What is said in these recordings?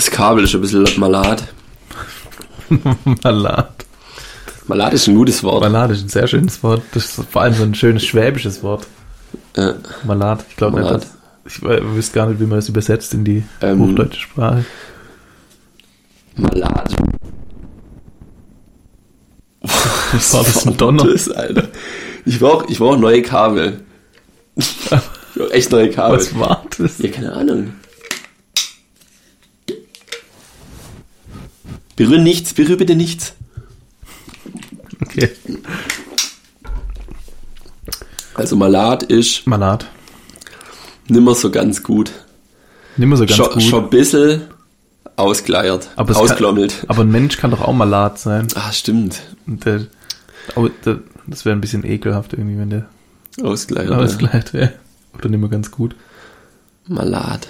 Das Kabel ist ein bisschen Malat. Malat. Malat ist ein gutes Wort. Malat ist ein sehr schönes Wort. Das ist vor allem so ein schönes schwäbisches Wort. Malat. Ich glaube nicht, ich wüsste gar nicht, wie man das übersetzt in die hochdeutsche Sprache. Malat. Was war das ein Donner? Alter. Ich brauch neue Kabel. Ich brauch echt neue Kabel. Was war das? Ja, keine Ahnung. Berühr bitte nichts. Okay. Also Malat ist... Malat. Nimmer so ganz gut. Nimmer so ganz gut. Schon ein bisschen ausgeleiert, ausklommelt. Aber ein Mensch kann doch auch Malat sein. Ah, stimmt. Und das wäre ein bisschen ekelhaft irgendwie, wenn der ausgeleiert wäre. Oder nimmer ganz gut. Malat.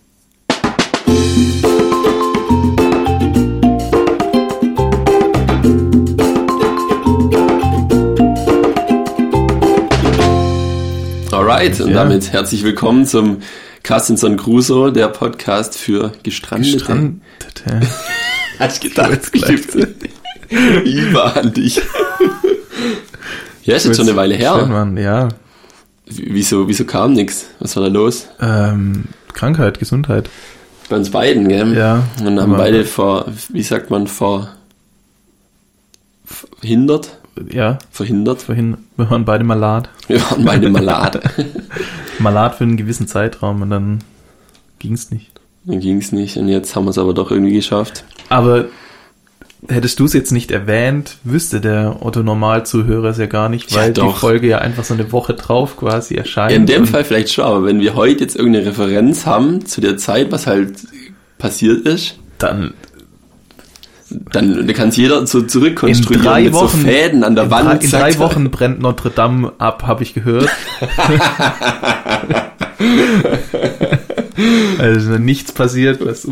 Alright, und damit herzlich willkommen zum Carstenson Crusoe, der Podcast für Gestrandete. Hast du gedacht, es gibt Iva an dich. Ja, ist jetzt schon eine Weile her. Schön, Mann, ja. Wieso kam nix? Was war da los? Krankheit, Gesundheit. Bei uns beiden, gell? Ja. Und haben beide verhindert. Ja. Verhindert. Wir waren beide Malat. Malat für einen gewissen Zeitraum und dann ging's nicht. Und jetzt haben wir es aber doch irgendwie geschafft. Aber hättest du es jetzt nicht erwähnt, wüsste der Otto-Normal-Zuhörer es ja gar nicht, weil die Folge ja einfach so eine Woche drauf quasi erscheint. Ja, in dem Fall vielleicht schon, aber wenn wir heute jetzt irgendeine Referenz haben zu der Zeit, was halt passiert ist, dann kann es jeder so zurückkonstruieren mit Wochen, so Fäden an der Wand. In 3 Wochen brennt Notre Dame ab, habe ich gehört. Also nichts passiert, was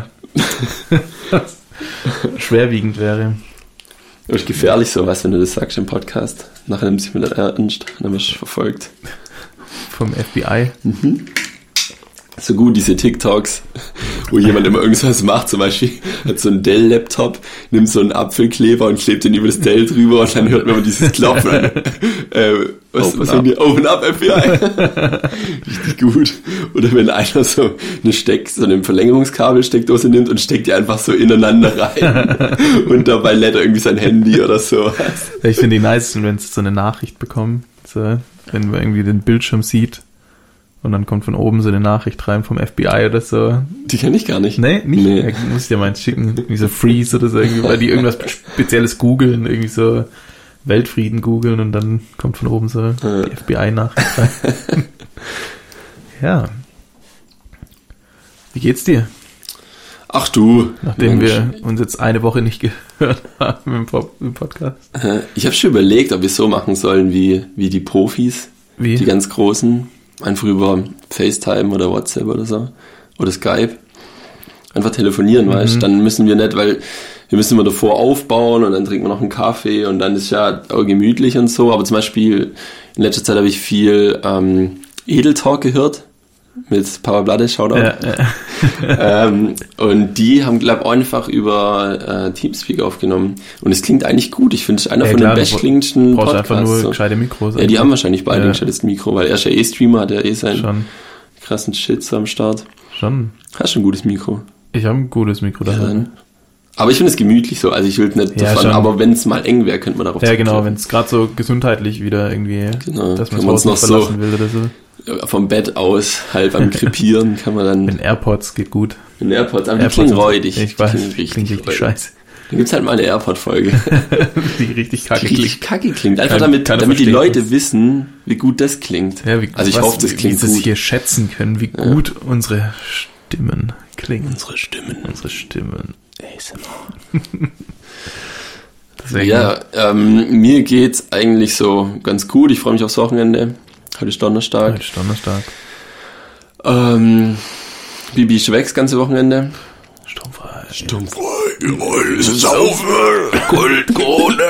schwerwiegend wäre. Das ist gefährlich sowas, wenn du das sagst im Podcast. Nachher nimmt sich mir das ernst, dann wirst du verfolgt. Vom FBI. Mhm. So gut diese TikToks, wo jemand immer irgendwas macht, zum Beispiel hat so einen Dell-Laptop, nimmt so einen Apfelkleber und klebt den über das Dell drüber und dann hört man immer dieses Klopfen. Was haben die? Open up FBI. Richtig gut. Oder wenn einer so eine Verlängerungskabel-Steckdose nimmt und steckt die einfach so ineinander rein und dabei lädt er irgendwie sein Handy oder so. Ich finde die nice, wenn sie so eine Nachricht bekommen, so, wenn man irgendwie den Bildschirm sieht. Und dann kommt von oben so eine Nachricht rein vom FBI oder so. Die kenne ich gar nicht. Nee, nicht? Nee. Ja, muss ich dir mal schicken. Irgendwie so Freeze oder so, irgendwie, weil die irgendwas Spezielles googeln, irgendwie so Weltfrieden googeln und dann kommt von oben so die FBI-Nachricht rein. Ja. Wie geht's dir? Ach du. Nachdem wir uns jetzt eine Woche nicht gehört haben im Podcast. Ich habe schon überlegt, ob wir es so machen sollen wie die Profis. Wie? Die ganz Großen. Einfach über FaceTime oder WhatsApp oder so. Oder Skype. Einfach telefonieren, weißt du. Dann müssen wir nicht, weil wir müssen immer davor aufbauen und dann trinken wir noch einen Kaffee und dann ist ja auch gemütlich und so. Aber zum Beispiel in letzter Zeit habe ich viel Edel Talk gehört. Mit Papa Blade, Shoutout. Ja. Und die haben, glaube ich, einfach über Teamspeak aufgenommen. Und es klingt eigentlich gut. Ich finde es einer von den bestklingendsten Podcasts. Du brauchst einfach nur gescheite Mikros. Ja, die haben wahrscheinlich beide ein gescheites Mikro, weil er ist ja Streamer, hat er seinen krassen Shit so am Start. Schon. Hast du ein gutes Mikro? Ich habe ein gutes Mikro da. Ja, aber ich finde es gemütlich so, also ich will es nicht davon, aber wenn es mal eng wäre, könnte man darauf zurückgreifen. Ja, genau, wenn es gerade so gesundheitlich wieder irgendwie, dass man es noch verlassen will oder so. Vom Bett aus, halb am Krepieren, kann man dann... Mit AirPods geht gut. Mit AirPods, aber die klingen räudig. Ich weiß, klingt richtig scheiße. Dann gibt's halt mal eine AirPod-Folge. Die richtig kacke klingt. Richtig kacke klingt. Einfach damit die Leute wissen, wie gut das klingt. Ja, also ich hoffe, das klingt gut. Wie sie es hier schätzen können, wie gut unsere Stimmen klingen. Unsere Stimmen. ASMR. Ja, mir geht's eigentlich so ganz gut. Ich freue mich aufs Wochenende. Heute ist Donnerstag. Bibi ist weg das ganze Wochenende. Sturmfrei. Jawohl, es ist auf. Goldkrone.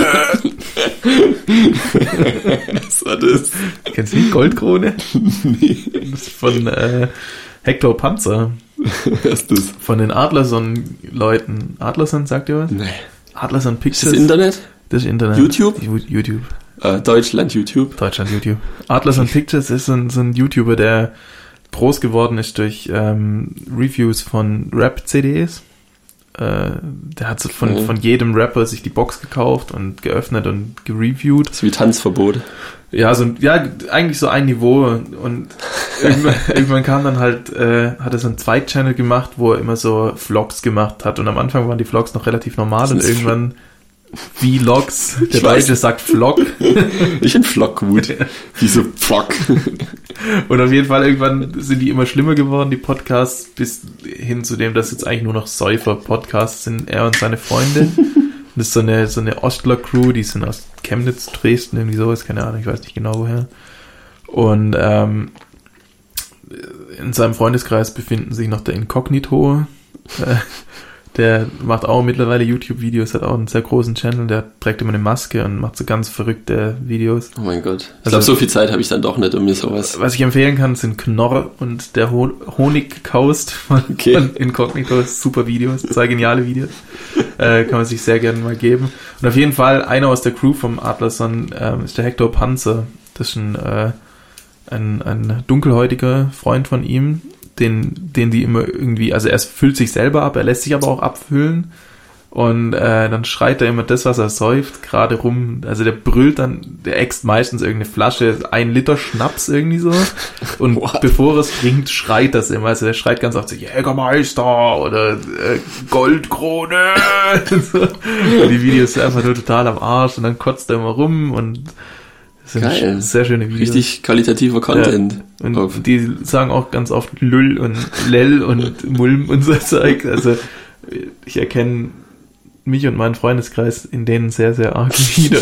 Was war das? Kennst du die Goldkrone? Nee. Das ist von Hector Panzer. Wer ist das? Von den Adlerson-Leuten. Adlerson, sagt ihr was? Nee. Adlerson Pictures. Ist das Internet? Das ist Internet. YouTube? YouTube. Deutschland YouTube. Adlerson Pictures ist so ein YouTuber, der groß geworden ist durch Reviews von Rap-CDs. Der hat so von jedem Rapper sich die Box gekauft und geöffnet und gereviewt. Das ist wie Tanzverbot. Ja, eigentlich so ein Niveau. Und irgendwann kam dann halt, hat er so einen Zweitchannel gemacht, wo er immer so Vlogs gemacht hat. Und am Anfang waren die Vlogs noch relativ normal und irgendwann Vlogs. Der Deutsche sagt Vlog. Ich finde Vlog gut. Wie so Vlog. Und auf jeden Fall irgendwann sind die immer schlimmer geworden, die Podcasts, bis hin zu dem, dass jetzt eigentlich nur noch Säufer-Podcasts sind, er und seine Freunde. Das ist so eine Ostler-Crew, die sind aus Chemnitz, Dresden, irgendwie sowas, keine Ahnung, ich weiß nicht genau woher. Und in seinem Freundeskreis befinden sich noch der Inkognito, der macht auch mittlerweile YouTube-Videos, hat auch einen sehr großen Channel, der trägt immer eine Maske und macht so ganz verrückte Videos. Oh mein Gott. Ich glaube, so viel Zeit habe ich dann doch nicht, um mir sowas... Was ich empfehlen kann, sind Knorr und der Honigkaust von Inkognito. Super Videos, zwei geniale Videos. Kann man sich sehr gerne mal geben. Und auf jeden Fall, einer aus der Crew vom Adlerson ist der Hector Panzer. Das ist ein dunkelhäutiger Freund von ihm, den die immer irgendwie, also er füllt sich selber ab, er lässt sich aber auch abfüllen und dann schreit er immer das, was er säuft, gerade rum, also der brüllt dann, der äxt meistens irgendeine Flasche, 1 Liter Schnaps irgendwie so und bevor er es trinkt, schreit das immer, also der schreit ganz oft so, Jägermeister oder Goldkrone so. Und die Videos sind einfach nur total am Arsch und dann kotzt er immer rum und das sind geil. Sehr schöne Videos. Richtig qualitativer Content. Ja. Und die sagen auch ganz oft Lull und Lell und Mulm und so Zeug. Also ich erkenne mich und meinen Freundeskreis in denen sehr, sehr arg wieder.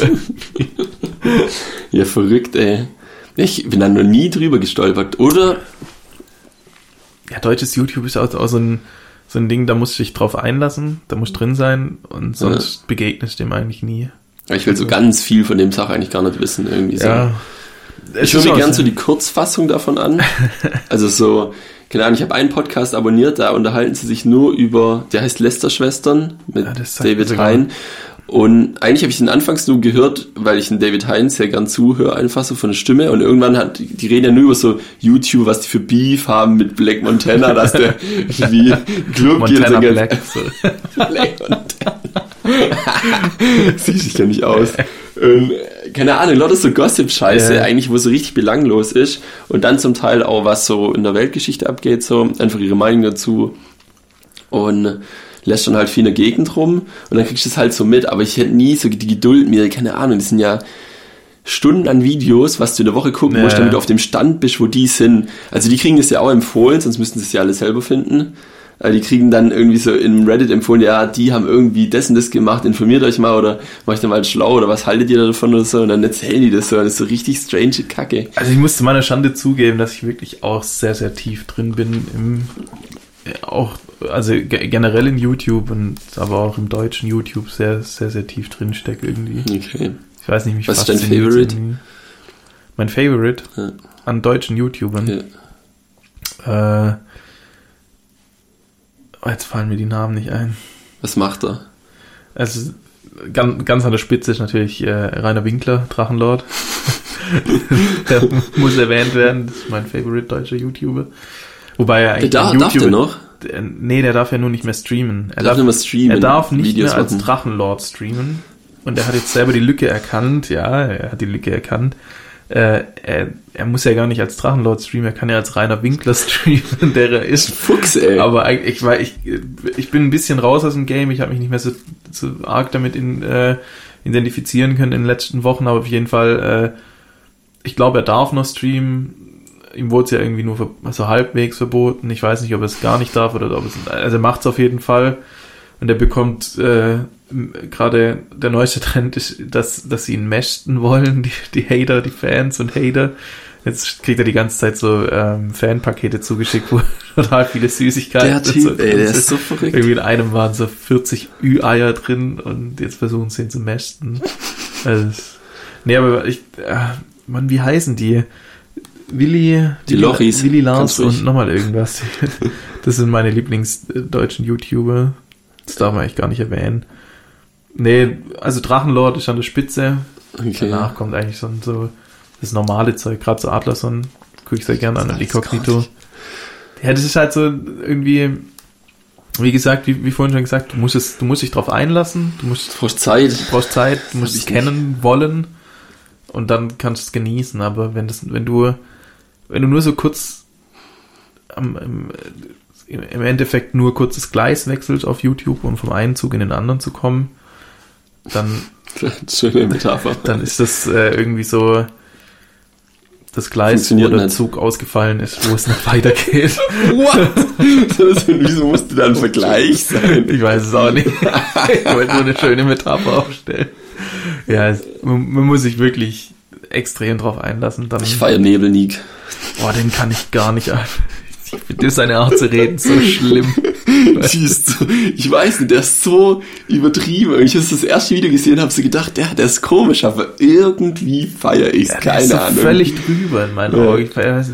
Ja, verrückt, ey. Ich bin da noch nie drüber gestolpert, oder? Ja, deutsches YouTube ist auch so ein Ding, da musst du dich drauf einlassen, da musst du drin sein und sonst begegnest du dem eigentlich nie. Ich will so ganz viel von dem Tag eigentlich gar nicht wissen, irgendwie so. Ja. Ich höre mir gern so die Kurzfassung davon an. Also so, keine Ahnung, ich habe einen Podcast abonniert, da unterhalten sie sich nur über, der heißt Lästerschwestern mit David Hein. Und eigentlich habe ich den anfangs nur gehört, weil ich den David Hein sehr gern zuhöre, einfach so von der Stimme. Und irgendwann die reden ja nur über so YouTube, was die für Beef haben mit Black Montana, dass der wie Club geht. Montana Black. Black Montana. Sieht sich ja nicht aus. Keine Ahnung, lauter so Gossip-Scheiße, eigentlich, wo so richtig belanglos ist. Und dann zum Teil auch, was so in der Weltgeschichte abgeht, so einfach ihre Meinung dazu. Und lässt dann halt viel in der Gegend rum. Und dann kriegst du es halt so mit. Aber ich hätte nie so die Geduld mir, keine Ahnung, das sind ja Stunden an Videos, was du in der Woche gucken musst, damit du auf dem Stand bist, wo die sind. Also die kriegen das ja auch empfohlen, sonst müssten sie es ja alle selber finden. Die kriegen dann irgendwie so im Reddit empfohlen, ja, die haben irgendwie das und das gemacht, informiert euch mal oder macht euch dann mal schlau oder was haltet ihr davon oder so und dann erzählen die das so und das ist so richtig strange Kacke. Also ich muss zu meiner Schande zugeben, dass ich wirklich auch sehr, sehr tief drin bin also generell in YouTube und aber auch im deutschen YouTube sehr, sehr, sehr tief drin stecke irgendwie. Okay. Ich weiß nicht, mich was ist dein Favorite? Mein Favorite an deutschen YouTubern? Ja. Jetzt fallen mir die Namen nicht ein. Was macht er? Also ganz an der Spitze ist natürlich Rainer Winkler, Drachenlord. Der muss erwähnt werden. Das ist mein Favorite deutscher YouTuber. Wobei er eigentlich darf der noch? Nee, der darf ja nur nicht mehr streamen. Er darf nicht mehr streamen. Er darf nicht Videos mehr als machen. Drachenlord streamen. Und er hat jetzt selber die Lücke erkannt. Ja, er hat die Lücke erkannt. Er muss ja gar nicht als Drachenlord streamen, er kann ja als Rainer Winkler streamen, der er ist. Fuchs, ey. Aber ich bin ein bisschen raus aus dem Game, ich habe mich nicht mehr so arg damit identifizieren können in den letzten Wochen, aber auf jeden Fall, ich glaube, er darf noch streamen. Ihm wurde es ja irgendwie nur so halbwegs verboten. Ich weiß nicht, ob er es gar nicht darf oder also er macht es auf jeden Fall. Und er bekommt gerade der neueste Trend ist, dass sie ihn mästen wollen, die Hater, die Fans und Hater. Jetzt kriegt er die ganze Zeit so Fanpakete zugeschickt, wo total viele Süßigkeiten. Der Typ, ey, der ist so verrückt. Irgendwie in einem waren so 40 Ü-Eier drin und jetzt versuchen sie ihn zu mästen. Also, nee, aber Mann, wie heißen die? Willi Lars und nochmal irgendwas. Das sind meine Lieblingsdeutschen YouTuber. Das darf man eigentlich gar nicht erwähnen. Nee, also Drachenlord ist an der Spitze. Okay. Danach kommt eigentlich so das normale Zeug, gerade so Adlerson, gucke ich sehr gerne an, und Inkognito. Ja, das ist halt so irgendwie, wie gesagt, wie vorhin schon gesagt, du musst dich drauf einlassen, du brauchst Zeit, du musst es kennen wollen und dann kannst du es genießen, aber wenn du nur so kurz im Endeffekt nur kurz das Gleis wechselst auf YouTube, um vom einen Zug in den anderen zu kommen, dann schöne Metapher. Dann ist das irgendwie so das Gleis, wo der Zug ausgefallen ist, wo es nicht weitergeht. What? Wieso musste da ein Vergleich sein? Ich weiß es auch nicht. Ich wollte nur eine schöne Metapher aufstellen. Ja, man muss sich wirklich extrem drauf einlassen. Dann, ich feiere Nebelnik. Boah, den kann ich gar nicht ab. Ich finde seine Art zu reden so schlimm. Ich weiß nicht, der ist so übertrieben. Wenn ich das erste Video gesehen habe, so gedacht, der ist komisch, aber irgendwie feiere ich es, keine Ahnung. Der ist völlig drüber in meinen Augen.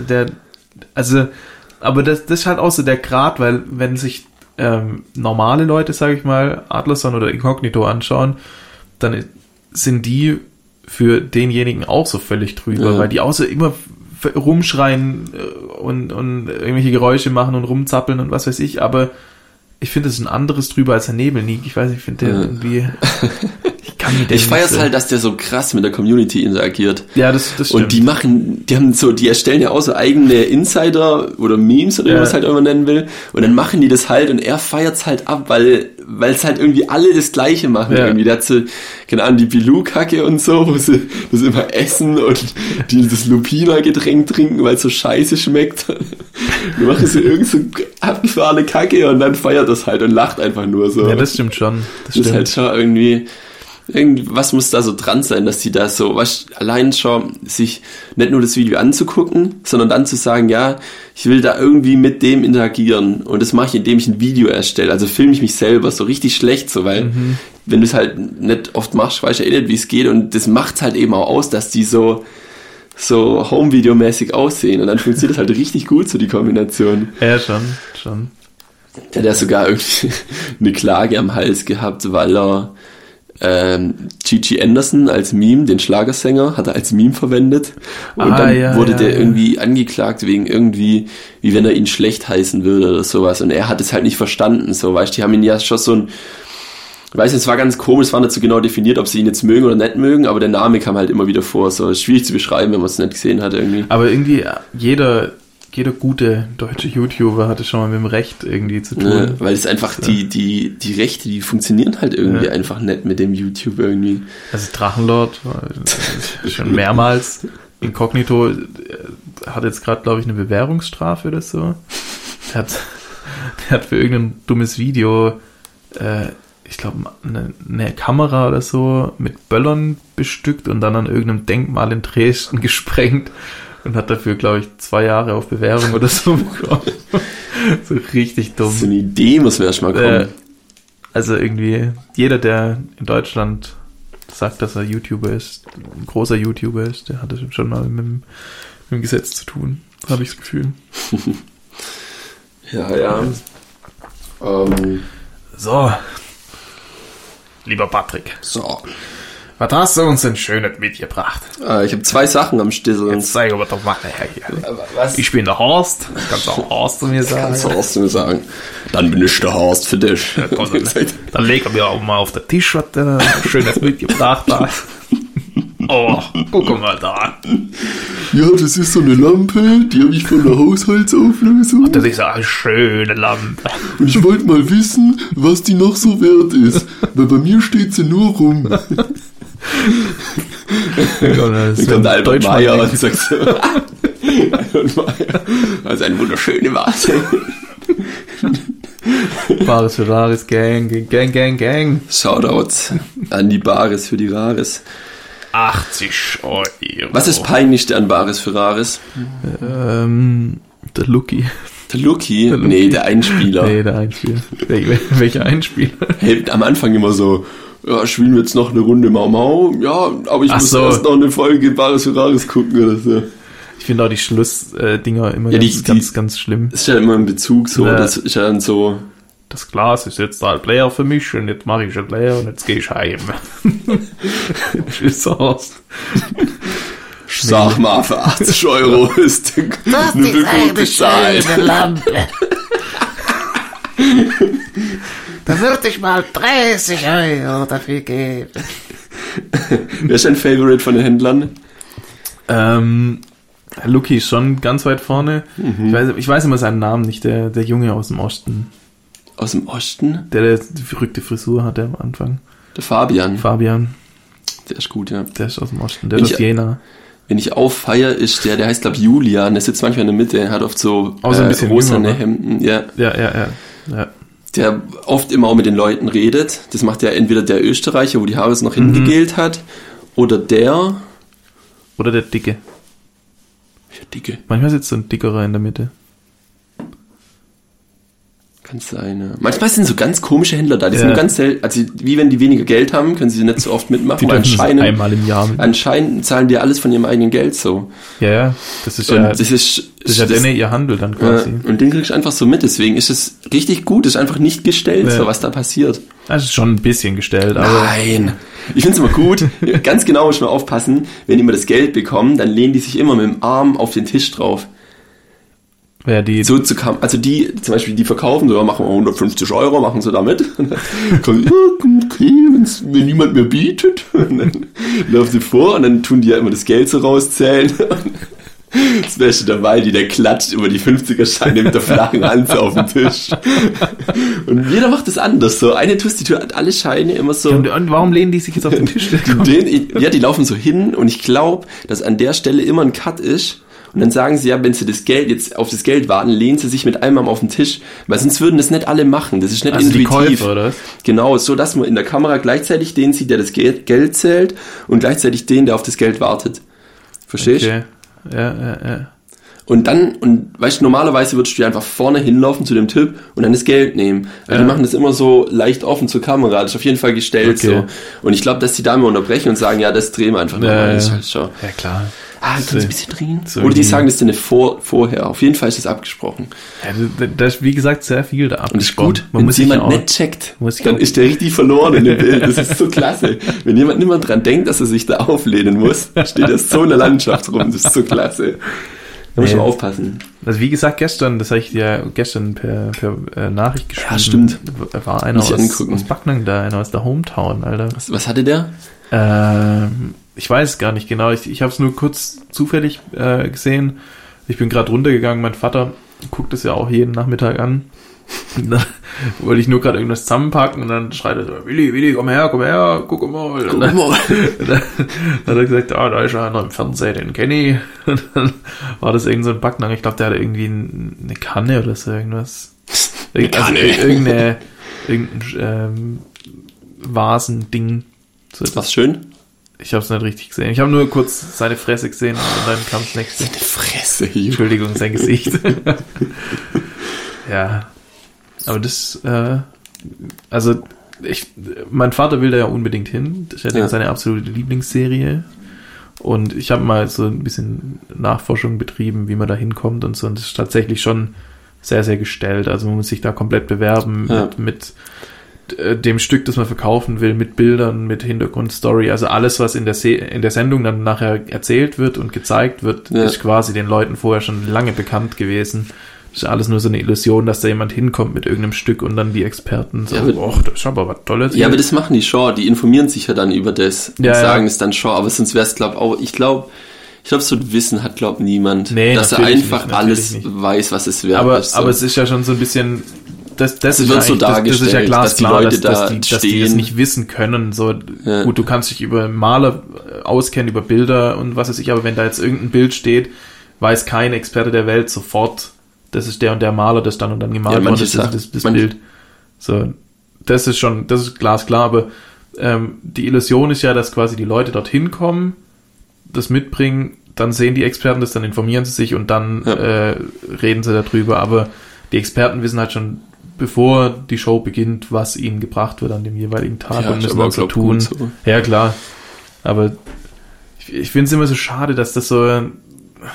Aber das ist halt auch so der Grad, weil wenn sich normale Leute, sage ich mal, Adlerson oder Inkognito anschauen, dann sind die für denjenigen auch so völlig drüber, weil die auch so immer rumschreien und irgendwelche Geräusche machen und rumzappeln und was weiß ich, aber ich finde, es ist ein anderes drüber als der Nebelnik. Ich weiß nicht, ich finde der irgendwie... Ich feiere es halt, dass der so krass mit der Community interagiert. Ja, das stimmt. Und die erstellen ja auch so eigene Insider oder Memes oder wie man es halt immer nennen will. Und dann machen die das halt und er feiert es halt ab, weil es halt irgendwie alle das Gleiche machen. Irgendwie. Der hat so, keine Ahnung, die Bilou-Kacke und so, wo sie das immer essen und die das Lupina-Getränk trinken, weil es so scheiße schmeckt. Wir machen so irgend so abgefahrene Kacke und dann feiert das halt und lacht einfach nur so. Ja, das stimmt schon. Das ist halt schon irgendwie... Irgendwas muss da so dran sein, dass die da so, allein schon sich nicht nur das Video anzugucken, sondern dann zu sagen, ja, ich will da irgendwie mit dem interagieren und das mache ich, indem ich ein Video erstelle, also filme ich mich selber so richtig schlecht, so, weil wenn du es halt nicht oft machst, weißt du ja eh nicht, wie es geht und das macht halt eben auch aus, dass die so Home-Video-mäßig aussehen und dann funktioniert das halt richtig gut, so die Kombination. Ja, schon. Der hat ja sogar irgendwie eine Klage am Hals gehabt, weil er Gigi Anderson als Meme, den Schlagersänger, hat er als Meme verwendet und dann wurde der irgendwie angeklagt wegen irgendwie, wie wenn er ihn schlecht heißen würde oder sowas und er hat es halt nicht verstanden, so, weißt du, die haben ihn ja schon so ein, ich weiß nicht, es war ganz komisch, es war nicht so genau definiert, ob sie ihn jetzt mögen oder nicht mögen, aber der Name kam halt immer wieder vor, so, schwierig zu beschreiben, wenn man es nicht gesehen hat irgendwie. Aber irgendwie jeder gute deutsche YouTuber hatte schon mal mit dem Recht irgendwie zu tun. Ja, weil es einfach so. die Rechte, die funktionieren halt irgendwie einfach nicht mit dem YouTube irgendwie. Also Drachenlord war schon mehrmals. Inkognito hat jetzt gerade, glaube ich, eine Bewährungsstrafe oder so. Der hat für irgendein dummes Video, ich glaube, eine Kamera oder so mit Böllern bestückt und dann an irgendeinem Denkmal in Dresden gesprengt. Und hat dafür, glaube ich, 2 Jahre auf Bewährung oder so bekommen. So richtig dumm. So eine Idee muss mir erstmal kommen. Also irgendwie, jeder, der in Deutschland sagt, dass er YouTuber ist, ein großer YouTuber ist, der hat das schon mal mit dem Gesetz zu tun, habe ich das Gefühl. Ja. So. Lieber Patrick. So. Was hast du uns denn Schönes mitgebracht? Ich habe 2 Sachen am Stissel. Jetzt zeig aber doch mal her hier. Was? Ich bin der Horst. Kannst du auch Horst zu mir sagen? Kannst du Horst zu mir sagen. Dann bin ich der Horst für dich. Ja, dann leg er mir auch mal auf den Tisch, was der Schönes mitgebracht hat. Oh, guck mal da. Ja, das ist so eine Lampe, die habe ich von der Haushaltsauflösung. Ach, das ist eine schöne Lampe. Und ich wollte mal wissen, was die noch so wert ist. Weil bei mir steht sie nur rum. Dann kommt Albert Meier und sagt so, Albert Meier, also eine wunderschöne Vase. Bares für Rares, Gang. Shoutouts an die Bares für die Rares. 80 €. Was ist peinlichste an Bares für Rares? Der Lucky. Der Lucky? Nee, der Einspieler. Welcher Einspieler? Hey, am Anfang immer so, ja, spielen wir jetzt noch eine Runde Mau Mau. Ja, aber ich muss erst noch eine Folge Bares für Rares gucken oder so. Ich finde auch die Schlussdinger immer ganz schlimm. Das ist ja immer ein Bezug so, das ist ja dann so... Das Glas ist jetzt halt leer für mich und jetzt mache ich es leer und jetzt gehe ich heim. Tschüss, Horst. Sag mal, für 80 € ist eine gute Zeit. Lampe. Da würde ich mal 30 € dafür geben. Wer ist dein Favorite von den Händlern? Lucky ist schon ganz weit vorne. Ich weiß immer seinen Namen nicht, der Junge aus dem Osten. Aus dem Osten? Der die verrückte Frisur hatte am Anfang. Der Fabian. Der ist gut, ja. Der ist aus dem Osten, der ist aus Jena. Wenn ich auffeier, ist der heißt, glaube ich, Julian, der sitzt manchmal in der Mitte, der hat oft so ein bisschen rosane Hemden. Ja. Der oft immer auch mit den Leuten redet. Das macht ja entweder der Österreicher, wo die Haare noch hingegelt hat, oder der... Oder der Dicke. Ja, Dicke. Manchmal sitzt so ein Dickerer in der Mitte. Kann sein, ja. Manchmal sind so ganz komische Händler da, die sind nur ganz selten, also wie wenn die weniger Geld haben, können sie nicht so oft mitmachen. Die anscheinend einmal im Jahr mit. Anscheinend zahlen die alles von ihrem eigenen Geld so. Ja, das ist ja denen ihr Handel dann quasi. Ja, und den kriegst du einfach so mit, deswegen ist es richtig gut, ist einfach nicht gestellt, so was da passiert. Das ist schon ein bisschen gestellt, aber... Nein, ich finde es immer gut, ganz genau muss man aufpassen, wenn die immer das Geld bekommen, dann lehnen die sich immer mit dem Arm auf den Tisch drauf. Ja, also die, zum Beispiel, die verkaufen, so, machen wir 150 €, machen sie damit. Okay, wenn niemand mehr bietet, und dann laufen sie vor und dann tun die ja immer das Geld so rauszählen. Das Beste dabei, der klatscht über die 50er-Scheine mit der flachen Hand auf den Tisch. Und jeder macht das anders. So eine Tür hat alle Scheine immer so. Und warum lehnen die sich jetzt auf den Tisch? Die laufen so hin und ich glaube, dass an der Stelle immer ein Cut ist. Und dann sagen sie ja, wenn sie das Geld jetzt auf das Geld warten, lehnen sie sich mit einem Arm auf den Tisch, weil sonst würden das nicht alle machen. Das ist nicht intuitiv. Die Käufer, oder? Genau, so dass man in der Kamera gleichzeitig den sieht, der das Geld zählt und gleichzeitig den, der auf das Geld wartet. Verstehst du? Okay. Ja. Und weißt du, normalerweise würdest du einfach vorne hinlaufen zu dem Typ und dann das Geld nehmen. Also die machen das immer so leicht offen zur Kamera. Das ist auf jeden Fall gestellt so. Und ich glaube, dass die da immer unterbrechen und sagen, ja, das drehen wir einfach nochmal. Das ist halt schon. Ja, klar. Kannst du ein bisschen drehen? So oder die sagen das dann vorher. Auf jeden Fall ist das abgesprochen. Ja, da ist, wie gesagt, sehr viel da abgesprochen. Und das ist gut. Wenn jemand nicht checkt, dann ist der richtig verloren in dem Bild. Das ist so klasse. Wenn jemand nicht mehr dran denkt, dass er sich da auflehnen muss, steht er so in der Landschaft rum. Das ist so klasse. Da muss man aufpassen. Also wie gesagt, gestern, das habe ich dir gestern per Nachricht geschrieben. Ja, stimmt. War einer aus Backnang da, einer aus der Hometown, Alter. Was hatte der? Ich weiß es gar nicht genau. Ich habe es nur kurz zufällig gesehen. Ich bin gerade runtergegangen. Mein Vater guckt es ja auch jeden Nachmittag an. Da wollte ich nur gerade irgendwas zusammenpacken und dann schreit er so, Willi, komm her, guck mal. Und dann hat er gesagt, da ist ja einer im Fernsehen, den kenne ich. Und dann war das irgend so ein Backnang. Ich glaube, der hatte irgendwie eine Kanne oder so irgendwas. Irgendein Vasending. So was schön? Ich habe es nicht richtig gesehen. Ich habe nur kurz seine Fresse gesehen und dann kam das nächste. Seine Fresse? Entschuldigung, sein Gesicht. Ja. Aber das, mein Vater will da ja unbedingt hin. Das ist ja seine absolute Lieblingsserie. Und ich habe mal so ein bisschen Nachforschung betrieben, wie man da hinkommt und so. Und das ist tatsächlich schon sehr, sehr gestellt. Also man muss sich da komplett bewerben mit dem Stück, das man verkaufen will, mit Bildern, mit Hintergrundstory, also alles, was in der Sendung dann nachher erzählt wird und gezeigt wird, ist quasi den Leuten vorher schon lange bekannt gewesen. Das ist alles nur so eine Illusion, dass da jemand hinkommt mit irgendeinem Stück und dann die Experten sagen, das ist aber was Tolles. Ja, aber das machen die schon, die informieren sich ja dann über das und sagen es dann schon, aber sonst wäre es, ich glaube, so ein Wissen hat, niemand, dass er einfach alles weiß, was es wert ist. So. Aber es ist ja schon so ein bisschen... Das wird so dargestellt, das ist ja glasklar, dass die das nicht wissen können. So, gut, du kannst dich über Maler auskennen, über Bilder und was weiß ich, aber wenn da jetzt irgendein Bild steht, weiß kein Experte der Welt sofort, das ist der und der Maler, das dann und dann gemalt worden ist, das Bild. So, das ist glasklar, aber die Illusion ist ja, dass quasi die Leute dorthin kommen, das mitbringen, dann sehen die Experten das, dann informieren sie sich und dann reden sie darüber, aber die Experten wissen halt schon, bevor die Show beginnt, was ihnen gebracht wird an dem jeweiligen Tag und müssen das so tun. So. Ja, klar. Aber ich finde es immer so schade, dass das so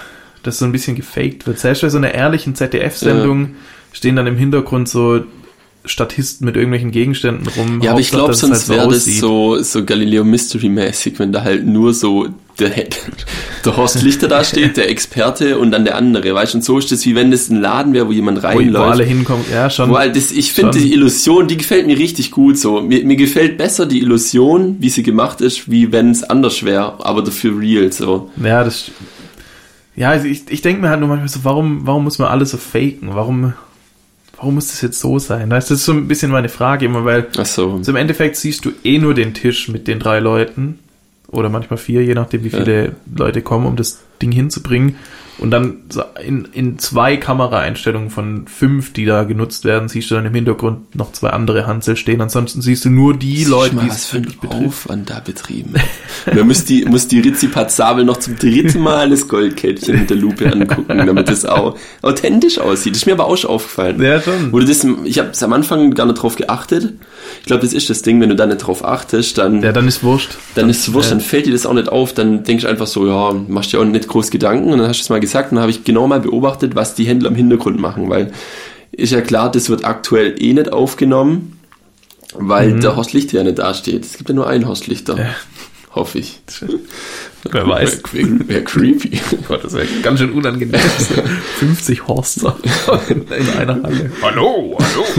das so ein bisschen gefaked wird. Selbst bei so einer ehrlichen ZDF-Sendung stehen dann im Hintergrund so Statisten mit irgendwelchen Gegenständen rum. Ja, aber ich glaube, sonst wäre das so Galileo Mystery-mäßig, wenn da halt nur so der Horst Lichter da steht, der Experte und dann der andere, weißt du, und so ist das, wie wenn das ein Laden wäre, wo jemand reinläuft. Wo alle hinkommen, ja, schon. Wo halt ich finde die Illusion, die gefällt mir richtig gut so. Mir gefällt besser die Illusion, wie sie gemacht ist, wie wenn es anders wäre, aber dafür real, so. Ja, also ich denke mir halt nur manchmal so, warum muss man alles so faken? Warum muss das jetzt so sein? Das ist so ein bisschen meine Frage immer, weil so im Endeffekt siehst du nur den Tisch mit den 3 Leuten oder manchmal 4, je nachdem wie viele Leute kommen, um das Ding hinzubringen. Und dann in 2 Kameraeinstellungen von 5, die da genutzt werden, siehst du dann im Hintergrund noch 2 andere Hansel stehen. Ansonsten siehst du nur die Leute, die es wirklich betrifft. Aufwand da betrieben. Man muss die Rizzi-Paz-Sabel noch zum 3. Mal das Goldkettchen mit der Lupe angucken, damit das auch authentisch aussieht. Das ist mir aber auch schon aufgefallen. Ja, schon. Ich habe es am Anfang gar nicht drauf geachtet. Ich glaube, das ist das Ding, wenn du da nicht drauf achtest, dann... Ja, dann ist wurscht. Dann fällt dir das auch nicht auf. Dann denkst du einfach so, ja, machst dir auch nicht groß Gedanken. Und dann hast du es mal gesagt und dann habe ich genau mal beobachtet, was die Händler im Hintergrund machen, weil ist ja klar, das wird aktuell nicht aufgenommen, weil der Horst Lichter ja nicht dasteht. Es gibt ja nur einen Horst Lichter. Ja. Hoffe ich. Wer weiß. Wäre creepy. Gott, das wäre ganz schön unangenehm. 50 Horster in einer Halle. Hallo.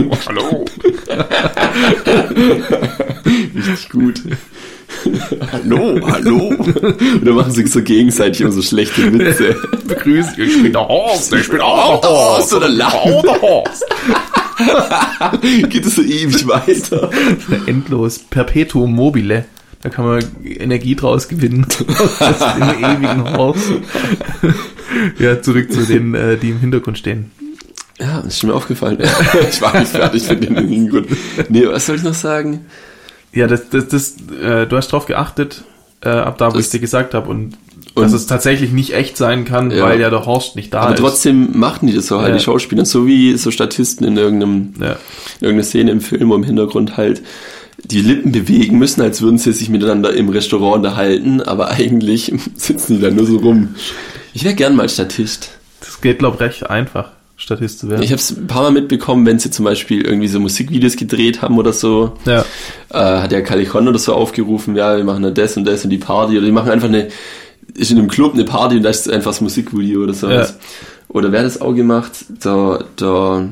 Richtig gut. Hallo. Und dann machen sie so gegenseitig immer so schlechte Witze. Begrüß dich, ich bin der Horst. Ich bin auch der Horst. Oder lachen. Der Horst. Geht es so ewig weiter. Endlos. Perpetuum mobile. Da kann man Energie draus gewinnen. Das ist im ewigen Horst. Ja, zurück zu denen, die im Hintergrund stehen. Ja, das ist mir aufgefallen. Ich war nicht fertig mit den Hintergrund. Nee, was soll ich noch sagen? Ja, du hast drauf geachtet, ab da, wo ich dir gesagt habe, und dass es tatsächlich nicht echt sein kann, weil ja der Horst nicht da ist. Aber trotzdem machen die das so halt, die Schauspieler, so wie so Statisten in irgendeiner Szene im Film, wo im Hintergrund halt die Lippen bewegen müssen, als würden sie sich miteinander im Restaurant unterhalten, aber eigentlich sitzen die da nur so rum. Ich wäre gern mal Statist. Das geht, glaube ich, recht einfach, Statist zu werden. Ich habe es ein paar Mal mitbekommen, wenn sie zum Beispiel irgendwie so Musikvideos gedreht haben oder so. Ja. Hat ja Calicon oder so aufgerufen, ja, wir machen das und das und die Party, oder die machen einfach ist in einem Club eine Party und da ist einfach das Musikvideo oder sowas. Ja. Oder wer hat das auch gemacht? Der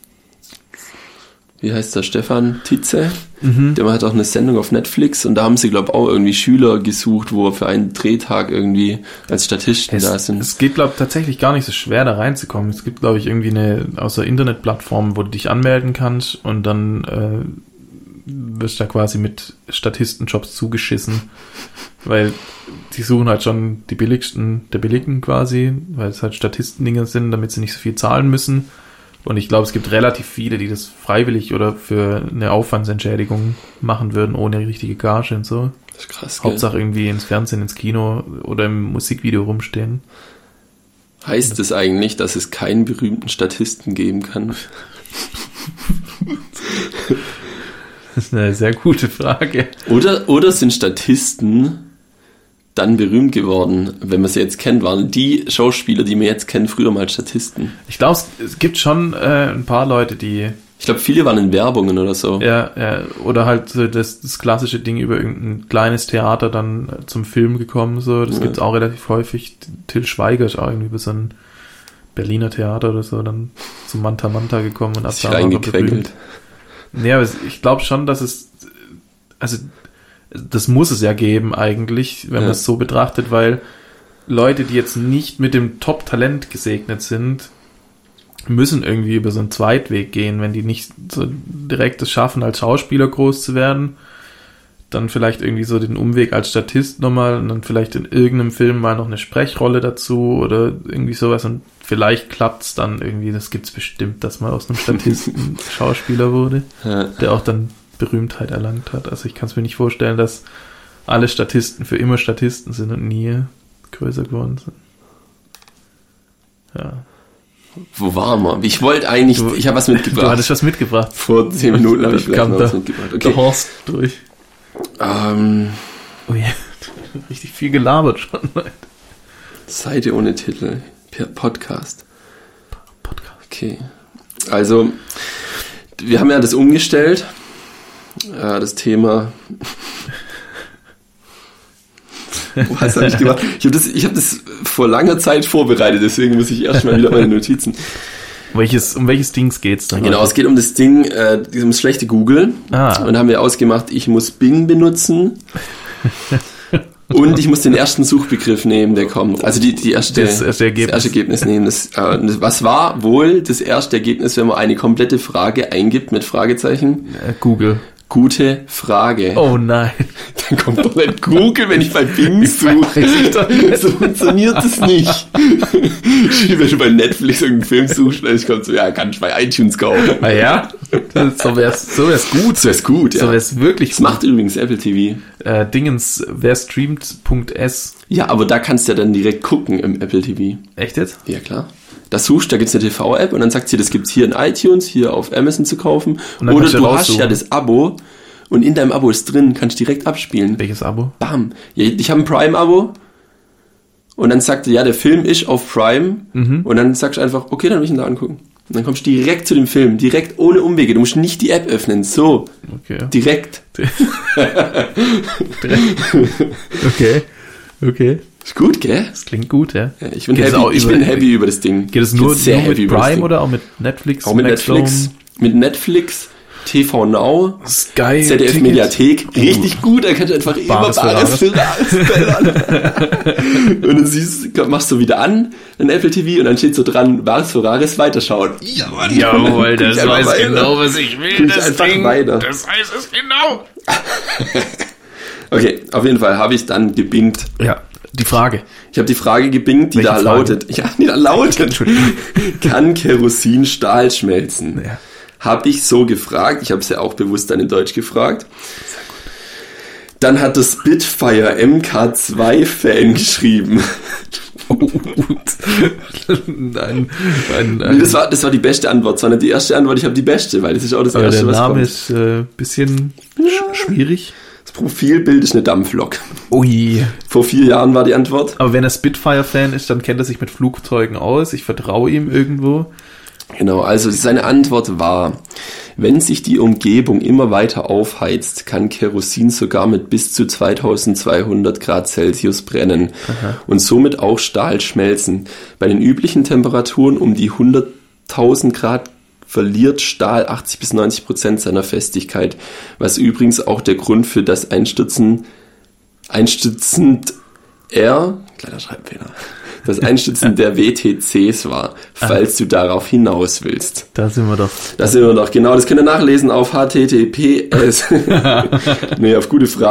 wie heißt der, Stefan Titze? Der hat auch eine Sendung auf Netflix und da haben sie, glaube ich, auch irgendwie Schüler gesucht, wo für einen Drehtag irgendwie als Statisten da sind. Es geht, glaube ich, tatsächlich gar nicht so schwer, da reinzukommen. Es gibt, glaube ich, irgendwie außer Internetplattform, wo du dich anmelden kannst und dann wirst du da quasi mit Statistenjobs zugeschissen, weil die suchen halt schon die billigsten der Billigen quasi, weil es halt Statistendinger sind, damit sie nicht so viel zahlen müssen. Und ich glaube, es gibt relativ viele, die das freiwillig oder für eine Aufwandsentschädigung machen würden, ohne richtige Gage und so. Das ist krass, Hauptsache irgendwie ins Fernsehen, ins Kino oder im Musikvideo rumstehen. Heißt es eigentlich, dass es keinen berühmten Statisten geben kann? Das ist eine sehr gute Frage. Oder sind Statisten dann berühmt geworden, wenn man sie jetzt kennt, waren die Schauspieler, die man jetzt kennt, früher mal Statisten? Ich glaube, es gibt schon ein paar Leute, die... Ich glaube, viele waren in Werbungen oder so. Ja, oder halt so das klassische Ding über irgendein kleines Theater dann zum Film gekommen, so. Das gibt's auch relativ häufig. Till Schweiger ist auch irgendwie über so ein Berliner Theater oder so dann zum Manta Manta gekommen und hat sich reingequengelt. Nee, aber ich glaube schon, dass es... Also das muss es ja geben eigentlich, wenn man es so betrachtet, weil Leute, die jetzt nicht mit dem Top-Talent gesegnet sind, müssen irgendwie über so einen Zweitweg gehen, wenn die nicht so direkt es schaffen, als Schauspieler groß zu werden, dann vielleicht irgendwie so den Umweg als Statist nochmal und dann vielleicht in irgendeinem Film mal noch eine Sprechrolle dazu oder irgendwie sowas und vielleicht klappt's dann irgendwie, das gibt's bestimmt, dass man aus einem Statisten Schauspieler wurde, der auch dann Berühmtheit erlangt hat. Also ich kann es mir nicht vorstellen, dass alle Statisten für immer Statisten sind und nie größer geworden sind. Ja. Wo waren wir? Ich wollte eigentlich, ich habe was mitgebracht. Du hattest was mitgebracht. Vor 10 Minuten habe ich kam was mitgebracht. Okay. Der Horst durch. Oh ja, richtig viel gelabert schon. Seite ohne Titel. Podcast. Okay. Also, wir haben ja das umgestellt. Das Thema. Was habe ich gemacht? Ich hab das vor langer Zeit vorbereitet, deswegen muss ich erstmal wieder meine Notizen. Um welches Dings geht's dann? Genau, es geht um das Ding, ums schlechte Google. Und da haben wir ausgemacht, ich muss Bing benutzen. Und ich muss den ersten Suchbegriff nehmen, der kommt. Also das erste Ergebnis nehmen. Was war wohl das erste Ergebnis, wenn man eine komplette Frage eingibt mit Fragezeichen? Google. Gute Frage. Oh nein. Dann kommt doch nicht Google, wenn ich bei Bing suche. So funktioniert das nicht. Wenn du bei Netflix irgendeinen Film suchst, dann kommt so, ja, kann ich bei iTunes kaufen. Ah ja? So wär's gut. So wär's gut, ja. So wär's wirklich gut. Das macht übrigens Apple TV. Wer streamt.s. Ja, aber da kannst du ja dann direkt gucken im Apple TV. Echt jetzt? Ja, klar. Da suchst, da gibt's eine TV-App und dann sagt sie, das gibt's hier in iTunes, hier auf Amazon zu kaufen. Oder du hast ja das Abo und in deinem Abo ist drin, kannst direkt abspielen. Welches Abo? Bam. Ja, ich habe ein Prime-Abo und dann sagt ja, der Film ist auf Prime und dann sagst du einfach, okay, dann will ich ihn da angucken. Und dann kommst du direkt zu dem Film, direkt ohne Umwege. Du musst nicht die App öffnen, so. Okay. Direkt. Okay. Ist gut, gell? Das klingt gut, ja. Ich bin happy über das Ding. Geht es nur mit Prime oder auch mit Netflix? Auch mit Netflix. Mit Netflix, TV Now, Sky, ZDF Ticket. Mediathek. Richtig gut, da kannst du einfach immer Bares böllern. Und dann machst du wieder an, ein Apple TV, und dann steht so dran, Bares weiterschauen. Ja, Mann. Jawohl, das weiß genau, was ich will. Das Ding, weiter. Das heißt es genau. Okay, auf jeden Fall habe ich dann gebingt. Ja, die Frage. Ich habe die Frage gebingt, die da lautet. Ja, die da lautet. Kann Kerosin Stahl schmelzen? Ja. Habe ich so gefragt. Ich habe es ja auch bewusst dann in Deutsch gefragt. Sehr gut. Dann hat das Spitfire MK2-Fan geschrieben. Nein. Nee, das war die beste Antwort, sondern die erste Antwort, ich habe die beste, weil das ist auch das erste, der was Name kommt. ist ein bisschen schwierig. Das Profilbild ist eine Dampflok. Ui. Vor 4 Jahren war die Antwort. Aber wenn er Spitfire-Fan ist, dann kennt er sich mit Flugzeugen aus. Ich vertraue ihm irgendwo. Genau, also seine Antwort war, wenn sich die Umgebung immer weiter aufheizt, kann Kerosin sogar mit bis zu 2200 Grad Celsius brennen. Aha. Und somit auch Stahl schmelzen. Bei den üblichen Temperaturen um die 100.000 Grad verliert Stahl 80-90% seiner Festigkeit, was übrigens auch der Grund für das einstürzend kleiner Schreibfehler, das Einstützen der WTCs war, falls du darauf hinaus willst. Da sind wir doch. Genau, das könnt ihr nachlesen auf https auf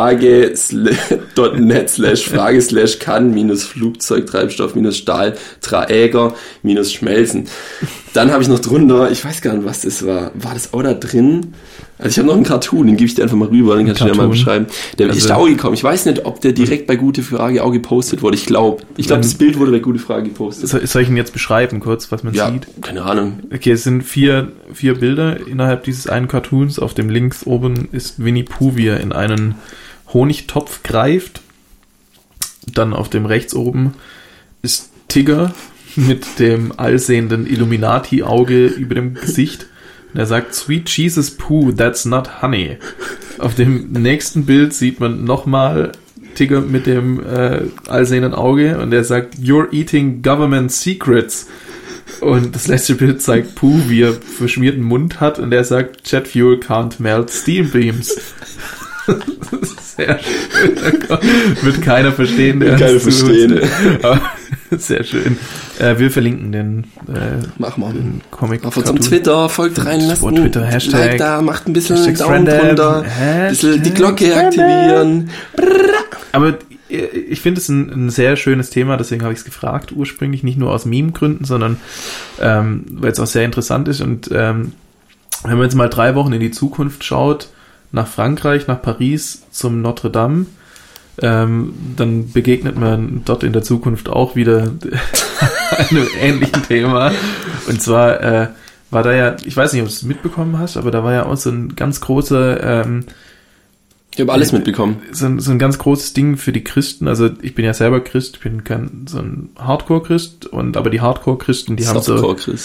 gutefrage.net/kann-Flugzeugtreibstoff-Stahl-Träger-schmelzen. Dann habe ich noch drunter, ich weiß gar nicht, was das war. War das auch da drin? Also ich habe noch einen Cartoon, den gebe ich dir einfach mal rüber, den kannst du dir mal beschreiben. Der ist da auch gekommen. Ich weiß nicht, ob der direkt bei Gute Frage auch gepostet wurde. Ich glaube, das Bild wurde bei Gute Frage gepostet. Soll ich ihn jetzt beschreiben, kurz, was man sieht? Keine Ahnung. Okay, es sind vier Bilder innerhalb dieses einen Cartoons. Auf dem links oben ist Winnie Pooh, wie er in einen Honigtopf greift. Dann auf dem rechts oben ist Tigger mit dem allsehenden Illuminati-Auge über dem Gesicht. Und er sagt, Sweet Jesus Pooh, that's not honey. Auf dem nächsten Bild sieht man nochmal Tigger mit dem allsehenden Auge und er sagt, you're eating government secrets. Und das letzte Bild zeigt Pooh, wie er verschmierten Mund hat und er sagt, Jet Fuel can't melt steel beams. Sehr schön. Wird keiner verstehen. Keiner verstehen. Sehr schön. Wir verlinken den Comic. Auf unserem Twitter, folgt rein, lasst einen Like da, macht ein bisschen Daumen drunter, ein bisschen die Glocke aktivieren. Aber ich finde es ein sehr schönes Thema, deswegen habe ich es gefragt ursprünglich, nicht nur aus Meme-Gründen, sondern weil es auch sehr interessant ist. Und wenn man jetzt mal 3 Wochen in die Zukunft schaut, nach Frankreich, nach Paris, zum Notre Dame, dann begegnet man dort in der Zukunft auch wieder einem ähnlichen Thema. Und zwar war da ja, ich weiß nicht, ob du es mitbekommen hast, aber da war ja auch so ein ganz großer Ich habe alles mitbekommen. So ein ganz großes Ding für die Christen. Also ich bin ja selber Christ, ich bin kein so ein Hardcore-Christ, aber die Hardcore-Christen, die haben so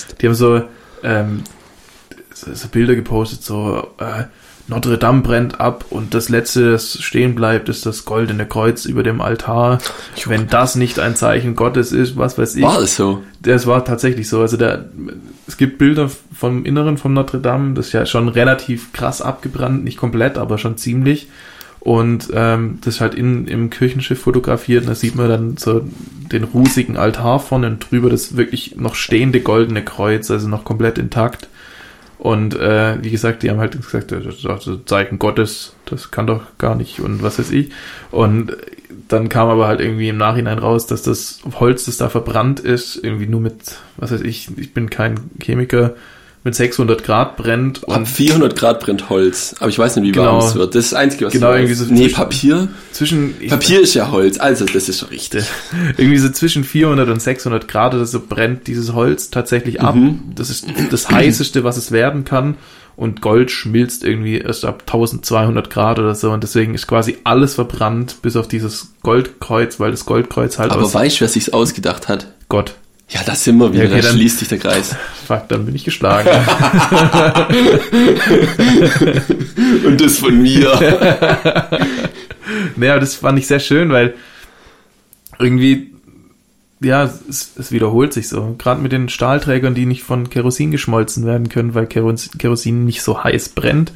Bilder gepostet, so Notre Dame brennt ab und das Letzte, das stehen bleibt, ist das goldene Kreuz über dem Altar. Wenn das nicht ein Zeichen Gottes ist, was weiß ich. War es so? Das war tatsächlich so. Also es gibt Bilder vom Inneren von Notre Dame, das ist ja schon relativ krass abgebrannt, nicht komplett, aber schon ziemlich. Und das ist halt im Kirchenschiff fotografiert und da sieht man dann so den rußigen Altar vorne und drüber das wirklich noch stehende goldene Kreuz, also noch komplett intakt. Und wie gesagt, die haben halt gesagt, das ist auch so Zeichen Gottes, das kann doch gar nicht und was weiß ich. Und dann kam aber halt irgendwie im Nachhinein raus, dass das Holz, das da verbrannt ist, irgendwie nur mit, was weiß ich bin kein Chemiker, mit 600 Grad brennt. Ab 400 Grad brennt Holz, aber ich weiß nicht, wie warm es wird. Das ist das Einzige, was genau, irgendwie so Papier? Papier ist ja Holz, also das ist schon richtig. Irgendwie so zwischen 400 und 600 Grad oder so brennt dieses Holz tatsächlich ab. Das ist das Heißeste, was es werden kann. Und Gold schmilzt irgendwie erst ab 1200 Grad oder so. Und deswegen ist quasi alles verbrannt, bis auf dieses Goldkreuz, weil das Goldkreuz halt aber weißt du, wer sich's ausgedacht hat? Gott. Ja, das sind wir wieder, ja, okay, da schließt sich der Kreis. Fuck, dann bin ich geschlagen. Und das von mir. Naja, das fand ich sehr schön, weil irgendwie, ja, es wiederholt sich so. Gerade mit den Stahlträgern, die nicht von Kerosin geschmolzen werden können, weil Kerosin nicht so heiß brennt.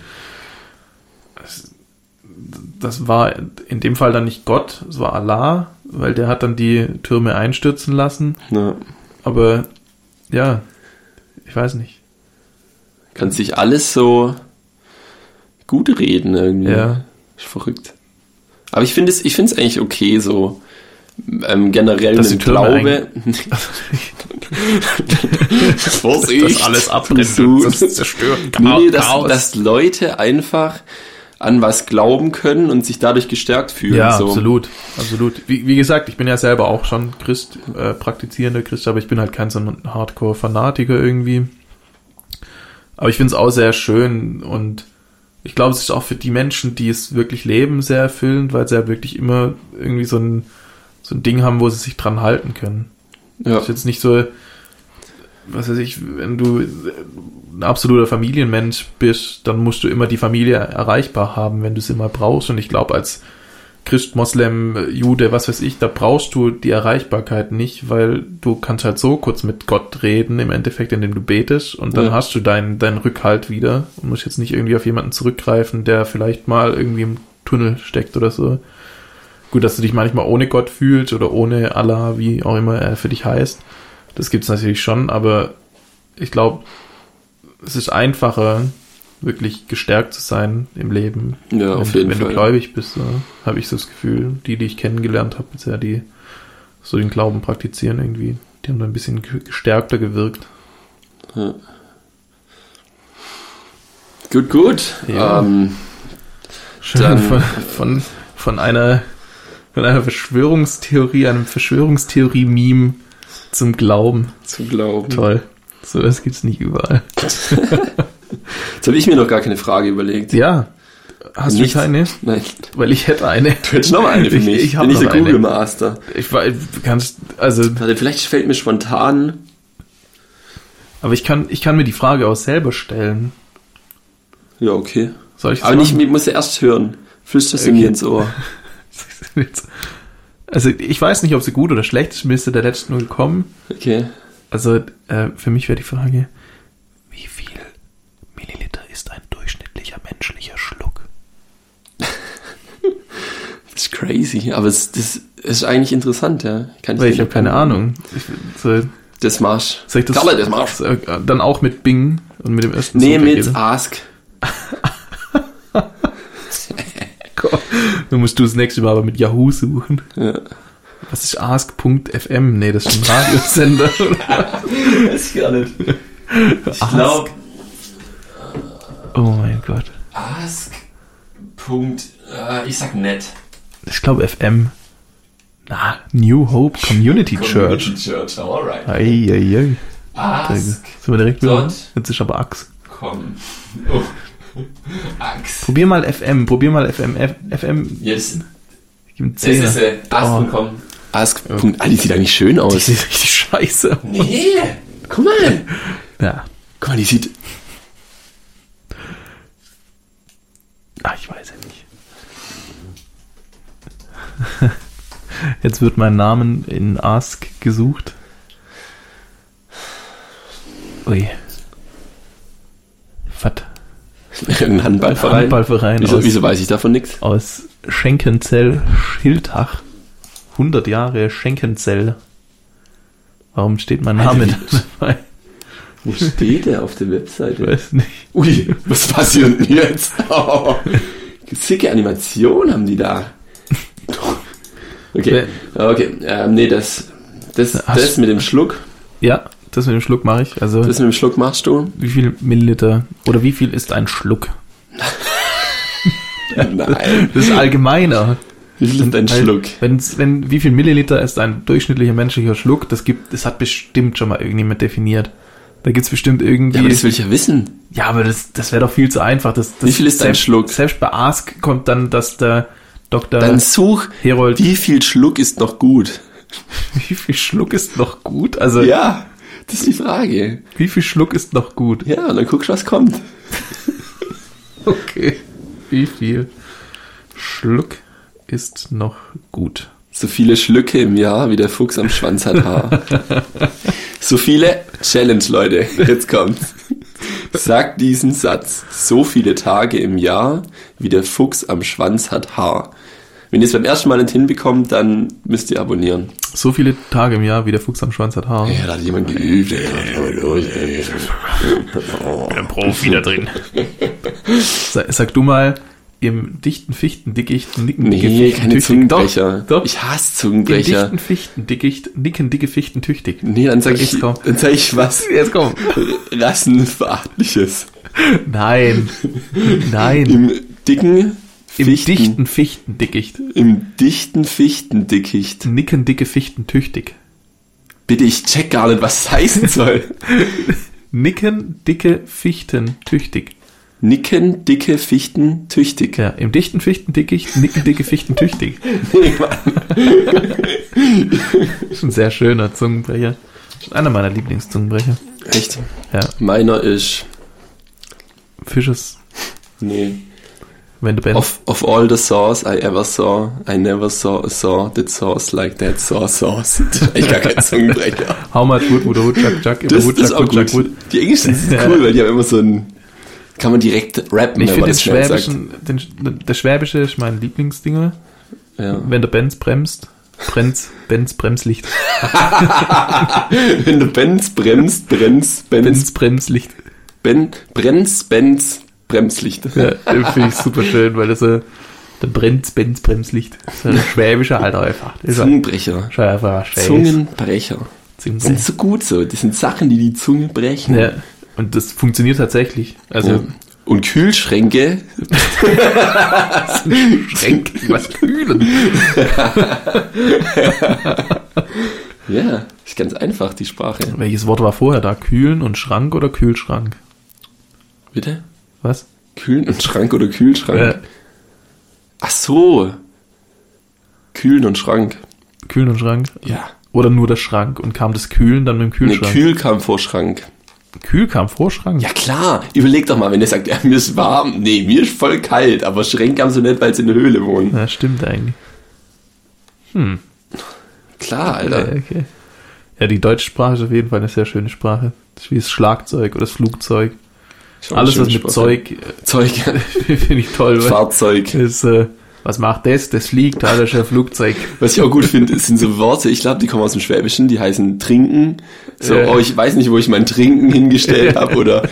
Das war in dem Fall dann nicht Gott, es war Allah, weil der hat dann die Türme einstürzen lassen. Ja. Aber, ja, ich weiß nicht. Kann sich alles so gut reden irgendwie. Ja. Ist verrückt. Aber ich finde es eigentlich okay so. Generell ein Glaube. Vorsicht. Das alles abbrennt, das zerstört. Dass Leute einfach an was glauben können und sich dadurch gestärkt fühlen. Ja, so. Absolut. Wie gesagt, ich bin ja selber auch schon Christ, praktizierender Christ, aber ich bin halt kein so ein Hardcore-Fanatiker irgendwie. Aber ich finde es auch sehr schön und ich glaube, es ist auch für die Menschen, die es wirklich leben, sehr erfüllend, weil sie ja wirklich immer irgendwie so ein Ding haben, wo sie sich dran halten können. Ja. Das ist jetzt nicht so, was weiß ich, wenn du ein absoluter Familienmensch bist, dann musst du immer die Familie erreichbar haben, wenn du sie immer brauchst. Und ich glaube, als Christ, Moslem, Jude, was weiß ich, da brauchst du die Erreichbarkeit nicht, weil du kannst halt so kurz mit Gott reden, im Endeffekt, indem du betest und dann hast du deinen Rückhalt wieder und musst jetzt nicht irgendwie auf jemanden zurückgreifen, der vielleicht mal irgendwie im Tunnel steckt oder so. Gut, dass du dich manchmal ohne Gott fühlst oder ohne Allah, wie auch immer er für dich heißt. Das gibt's natürlich schon, aber ich glaube, es ist einfacher, wirklich gestärkt zu sein im Leben. Ja, auf jeden Fall. Wenn du gläubig bist, habe ich so das Gefühl, die ich kennengelernt habe, bisher, die so den Glauben praktizieren irgendwie, die haben da ein bisschen gestärkter gewirkt. Ja. Gut. Ja. Schön von einer Verschwörungstheorie, einem Verschwörungstheorie-Meme zum Glauben. Toll. So, das gibt's nicht überall. Jetzt habe ich mir noch gar keine Frage überlegt. Ja. Hast du keine? Nein. Weil ich hätte eine. Du hättest noch mal eine für mich. Ich habe noch eine. Google Master. Warte, vielleicht fällt mir spontan. Aber ich kann mir die Frage auch selber stellen. Ja, okay. Soll ich das aber machen? Ich muss ja erst hören. Flüsterst du mir ins Ohr. Also ich weiß nicht, ob sie gut oder schlecht ist. Mir ist der letzte nur gekommen. Okay. Also für mich wäre die Frage, wie viel Milliliter ist ein durchschnittlicher menschlicher Schluck? Das ist crazy, aber das ist eigentlich interessant, ja. Weil ich habe keine Ahnung. Das machst. Soll ich das machst. Dann auch mit Bing und mit dem ersten Nee, mit Ask. Dann musst du das nächste Mal aber mit Yahoo suchen. Ja. Was ist ask.fm? Nee, das ist ein Radiosender. Weiß ich gar nicht. Ich glaube. Oh mein Gott. Ask. Ich sag net. Ich glaube FM. New Hope Community Church. Community Church, alright. Ei. Ask. Sind wir direkt wieder? Jetzt ist aber Ax. Komm. Axt. Probier mal FM. FM. Yes. Gib 10. Ask.com. Ask.com. Die sieht eigentlich schön aus. Die sieht richtig scheiße aus. Nee. Guck mal. Ja. Guck mal, die sieht... Ich weiß ja nicht. Jetzt wird mein Name in Ask gesucht. Ui. Was? Ein Handballverein. Wieso weiß ich davon nichts? Aus Schenkenzell-Schiltach. 100 Jahre Schenkenzell. Warum steht mein Name dabei? Wo steht der auf der Webseite? Ich weiß nicht. Ui, was passiert denn jetzt? Oh, sicke Animation haben die da. Okay, nee, das mit dem Schluck. Ja, das mit dem Schluck mache ich. Also das mit dem Schluck machst du? Wie viel Milliliter oder wie viel ist ein Schluck? Nein. Das ist allgemeiner. Wie viel ist ein Schluck? Wie viel Milliliter ist ein durchschnittlicher menschlicher Schluck? Das hat bestimmt schon mal irgendjemand definiert. Da gibt's bestimmt irgendwie... Ja, aber das will ich ja wissen. Ja, aber das wäre doch viel zu einfach. Wie viel ist ein Schluck? Selbst bei Ask kommt dann, dass der Dr. Dann such, Herold... Wie viel Schluck ist noch gut? Wie viel Schluck ist noch gut? Also ja, das ist die Frage. Wie viel Schluck ist noch gut? Ja, und dann guckst du, was kommt. Okay. Wie viel Schluck ist noch gut? So viele Schlücke im Jahr, wie der Fuchs am Schwanz hat Haar. So viele Challenge, Leute. Jetzt kommt's. Sag diesen Satz. So viele Tage im Jahr, wie der Fuchs am Schwanz hat Haar. Wenn ihr es beim ersten Mal nicht hinbekommt, dann müsst ihr abonnieren. So viele Tage im Jahr, wie der Fuchs am Schwanz hat Haar. Ja, da hat jemand geübt. Ich bin ein Profi da drin. Sag du mal, im dichten Fichtendickicht nicken dicke Fichten keine tüchtig. Zungenbrecher. Doch. Ich hasse Zungenbrecher. Im dichten Fichtendickicht nicken dicke Fichten tüchtig. Nee, dann sag ich was. Jetzt komm. Rassenverachtliches. Nein. Im dichten Fichtendickicht. Im dichten Fichtendickicht. Nicken dicke Fichten tüchtig. Bitte, ich check gar nicht, was das heißen soll. Nicken dicke Fichten tüchtig. Nicken dicke Fichten tüchtig. Ja, im dichten Fichtendickicht nicken dicke Fichten tüchtig. Nee, Mann. Das ist ein sehr schöner Zungenbrecher. Einer meiner Lieblingszungenbrecher. Echt? Ja. Meiner ist... Fisches. Nee. Wenn du of all the sauce I ever saw, I never saw a saw that sauce like that saw sauce. Das ist echt gar kein Zungenbrecher. How much wood would a woodchuck chuck? Das ist auch gut. Die Englischen sind cool, weil die haben immer so ein... Kann man direkt rappen, ich finde der Schwäbische ist mein Lieblingsdinger. Ja. Wenn der Benz bremst, Benz Bremslicht. Wenn du Benz bremst, Benz Bremslicht. Benz Bremslicht. Ja, den finde ich super schön, weil das so, dann brennt Benz Bremslicht. Das ist ein Schwäbischer halt einfach. Zungenbrecher. Zungenbrecher. Sind so gut so. Das sind Sachen, die Zunge brechen. Ja. Und das funktioniert tatsächlich. Also und Kühlschränke. Schränke, was kühlen. Ja, ist ganz einfach, die Sprache. Welches Wort war vorher da? Kühlen und Schrank oder Kühlschrank? Bitte? Was? Kühlen und Schrank oder Kühlschrank? Ach so. Kühlen und Schrank. Kühlen und Schrank? Ja. Oder nur der Schrank und kam das Kühlen dann mit dem Kühlschrank? Nee, Kühl kam vor Schrank. Kühl kam vor Schrank? Ja klar, überleg doch mal, wenn der sagt, ja, mir ist warm. Nee, mir ist voll kalt, aber Schränke haben so nicht, weil sie in der Höhle wohnen. Ja, stimmt eigentlich. Klar, Alter. Okay. Ja, die deutsche Sprache ist auf jeden Fall eine sehr schöne Sprache. Das ist wie das Schlagzeug oder das Flugzeug. Alles, was mit Sprache. Zeug finde ich toll. Fahrzeug. Ist, was macht das? Das fliegt, das ist ein Flugzeug. Was ich auch gut finde, sind so Worte, ich glaube, die kommen aus dem Schwäbischen, die heißen trinken. So, ich weiß nicht, wo ich mein Trinken hingestellt habe oder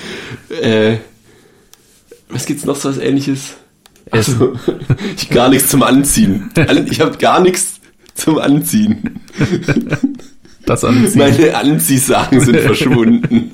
was gibt's noch so was Ähnliches? Also, ich habe gar nichts zum Anziehen. Ich habe gar nichts zum Anziehen. Das Anziehen. Meine Anziehsachen sind verschwunden.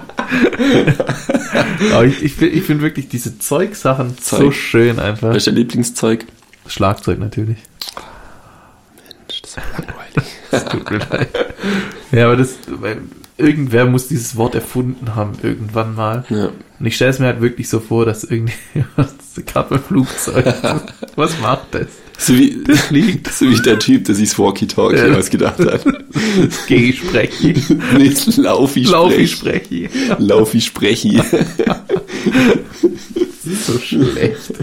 Aber ich finde wirklich diese Zeugsachen so schön einfach. Was ist dein Lieblingszeug? Schlagzeug natürlich. Mensch, das war langweilig. Das tut mir leid. Ja, aber weil irgendwer muss dieses Wort erfunden haben, irgendwann mal. Ja. Und ich stelle es mir halt wirklich so vor, dass irgendjemand gerade beim Flugzeug, was macht das? So wie der Typ, der sich das Walkie-Talkie ausgedacht hat. Geh-Sprechi. Nee, Laufi-Sprechi. Laufi-Sprechi. Das ist so schlecht.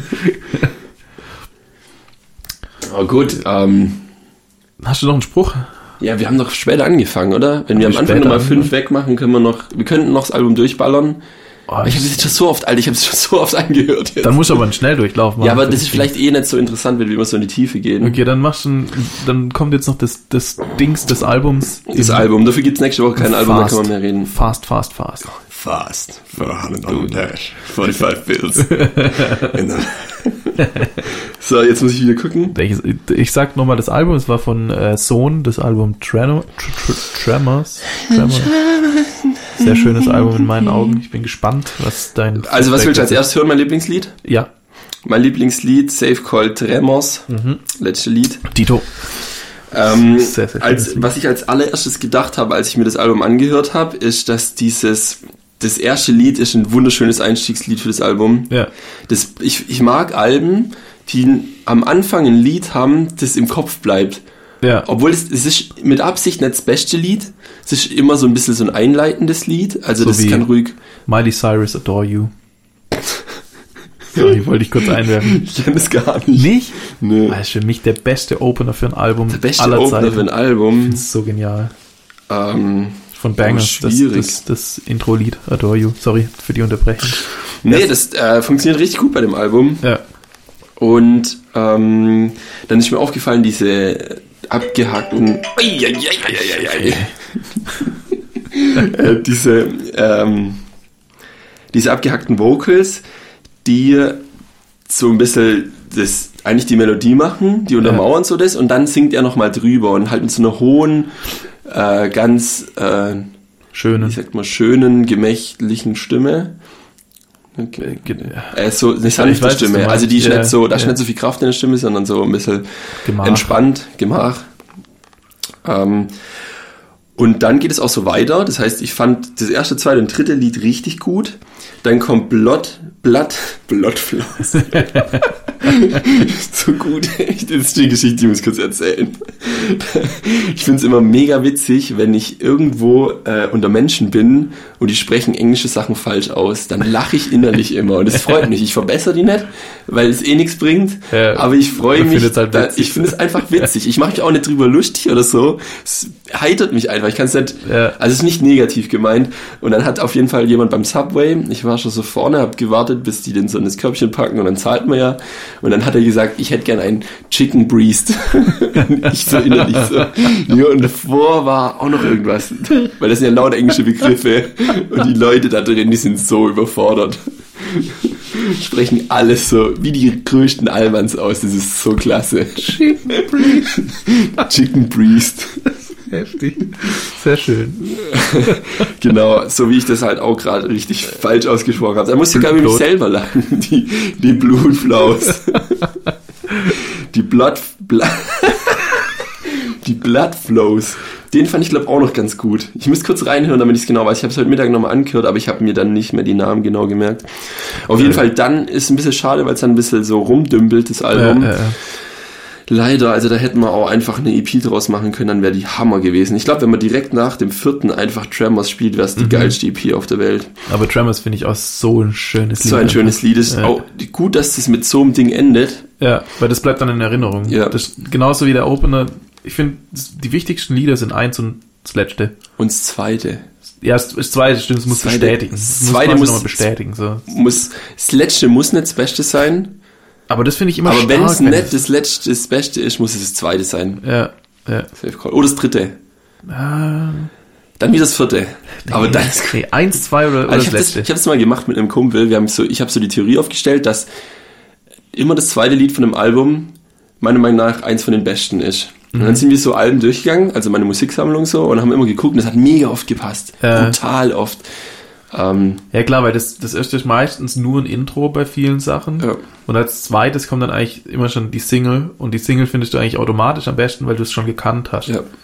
Oh gut, Hast du noch einen Spruch? ja, wir haben doch später angefangen, oder? Wenn wir am Anfang nochmal 5 wegmachen, wir könnten noch das Album durchballern. Oh, Ich habe es schon so oft, Alter, ich habe es schon so oft angehört jetzt. Dann musst du aber einen Schnelldurchlauf machen. Ja, aber das ist vielleicht nicht so interessant, wenn wir immer so in die Tiefe gehen. Okay, dann kommt jetzt noch das Dings des Albums. Das Album, dafür gibt's nächste Woche kein Album, da kann man mehr reden. Fast. Fast, for $100 45 Bills. So, jetzt muss ich wieder gucken. Ich sag nochmal das Album, es war von Sohn, das Album Tremors. Sehr schönes Album in meinen Augen. Ich bin gespannt, was dein... Also was willst du als erstes hören, mein Lieblingslied? Ja. Mein Lieblingslied, Safe Call Tremors, letzte Lied. Tito. Sehr was ich als allererstes gedacht habe, als ich mir das Album angehört habe, ist, dass das erste Lied ist ein wunderschönes Einstiegslied für das Album. Ja. Ich mag Alben, die am Anfang ein Lied haben, das im Kopf bleibt. Ja. Obwohl es ist mit Absicht nicht das beste Lied. Es ist immer so ein bisschen so ein einleitendes Lied. Also so das kann ruhig... Miley Cyrus Adore You. Sorry, wollte ich kurz einwerfen. Ich kenne das gar nicht. Nicht? Nee. Das ist für mich der beste Opener für ein Album Der beste aller Opener Zeiten. für ein Album. Das ist so genial. Von Oh, Bangers, schwierig. das Intro-Lied, Adore You. Sorry für die Unterbrechung. Nee, das funktioniert richtig gut bei dem Album. Ja. Und dann ist mir aufgefallen, diese abgehackten... diese abgehackten Vocals, die so ein bisschen eigentlich die Melodie machen, die untermauern so das, und dann singt er nochmal drüber und halt mit so einer hohen, ganz schönen, gemächlichen Stimme. Okay. So eine sanfte Stimme. Also die ist nicht so, da ist nicht so viel Kraft in der Stimme, sondern so ein bisschen entspannt, Gemach. Und dann geht es auch so weiter. Das heißt, ich fand das erste, zweite und dritte Lied richtig gut. Dann kommt Bloodflows. So gut, echt. Das ist die Geschichte, die muss ich kurz erzählen. Ich finde es immer mega witzig, wenn ich irgendwo unter Menschen bin und die sprechen englische Sachen falsch aus. Dann lache ich innerlich immer und es freut mich. Ich verbessere die nicht, weil es nichts bringt. Ja, aber ich freue mich. Halt ich finde es einfach witzig. Ich mache mich auch nicht drüber lustig oder so. Es heitert mich einfach. Ich kann es nicht. Ja. Also es ist nicht negativ gemeint. Und dann hat auf jeden Fall jemand beim Subway, ich war schon so vorne, habe gewartet, bis die den so in das Körbchen packen und dann zahlt man ja. Und dann hat er gesagt, ich hätte gern einen Chicken Breast. Ich so innerlich so. Ja, und davor war auch noch irgendwas. Weil das sind ja lauter englische Begriffe. Und die Leute da drin, die sind so überfordert. Sprechen alles so wie die größten Allmanns aus. Das ist so klasse. Chicken Breast. Chicken Breast. Heftig. Sehr schön. Genau, so wie ich das halt auch gerade richtig falsch ausgesprochen habe. Da muss ich gar nicht mich selber lachen. Die Blutflaus. Die Bloodflows. Den fand ich, glaube auch noch ganz gut. Ich muss kurz reinhören, damit ich es genau weiß. Ich habe es heute Mittag nochmal angehört, aber ich habe mir dann nicht mehr die Namen genau gemerkt. Auf jeden Fall, dann ist es ein bisschen schade, weil es dann ein bisschen so rumdümpelt, das Album. Leider, also da hätten wir auch einfach eine EP draus machen können, dann wäre die Hammer gewesen. Ich glaube, wenn man direkt nach dem 4. einfach Tremors spielt, wäre es die geilste EP auf der Welt. Aber Tremors finde ich auch so ein schönes Lied. So ein schönes Lied. Ist auch gut, dass das mit so einem Ding endet. Ja, weil das bleibt dann in Erinnerung. Ja. Das, genauso wie der Opener. Ich finde, die wichtigsten Lieder sind 1 und das letzte. Und das zweite. Ja, das zweite, stimmt, das muss bestätigen. Das zweite muss bestätigen. So. Das letzte muss nicht das Beste sein. Aber das finde ich immer stark. Aber wenn es nicht das letzte, das Beste ist, muss es das zweite sein. Ja. Oder das dritte. Dann wieder das vierte. Nee, aber dann 1, 2 oder also das letzte. Ich habe das mal gemacht mit einem Kumpel. Ich habe so die Theorie aufgestellt, dass immer das zweite Lied von dem Album meiner Meinung nach eins von den besten ist. Und dann sind wir so Alben durchgegangen, also meine Musiksammlung so, und haben immer geguckt und das hat mega oft gepasst. Brutal oft. Ja klar, weil das erste ist meistens nur ein Intro bei vielen Sachen. Ja. Und als zweites kommt dann eigentlich immer schon die Single. Und die Single findest du eigentlich automatisch am besten, weil du es schon gekannt hast. Ja.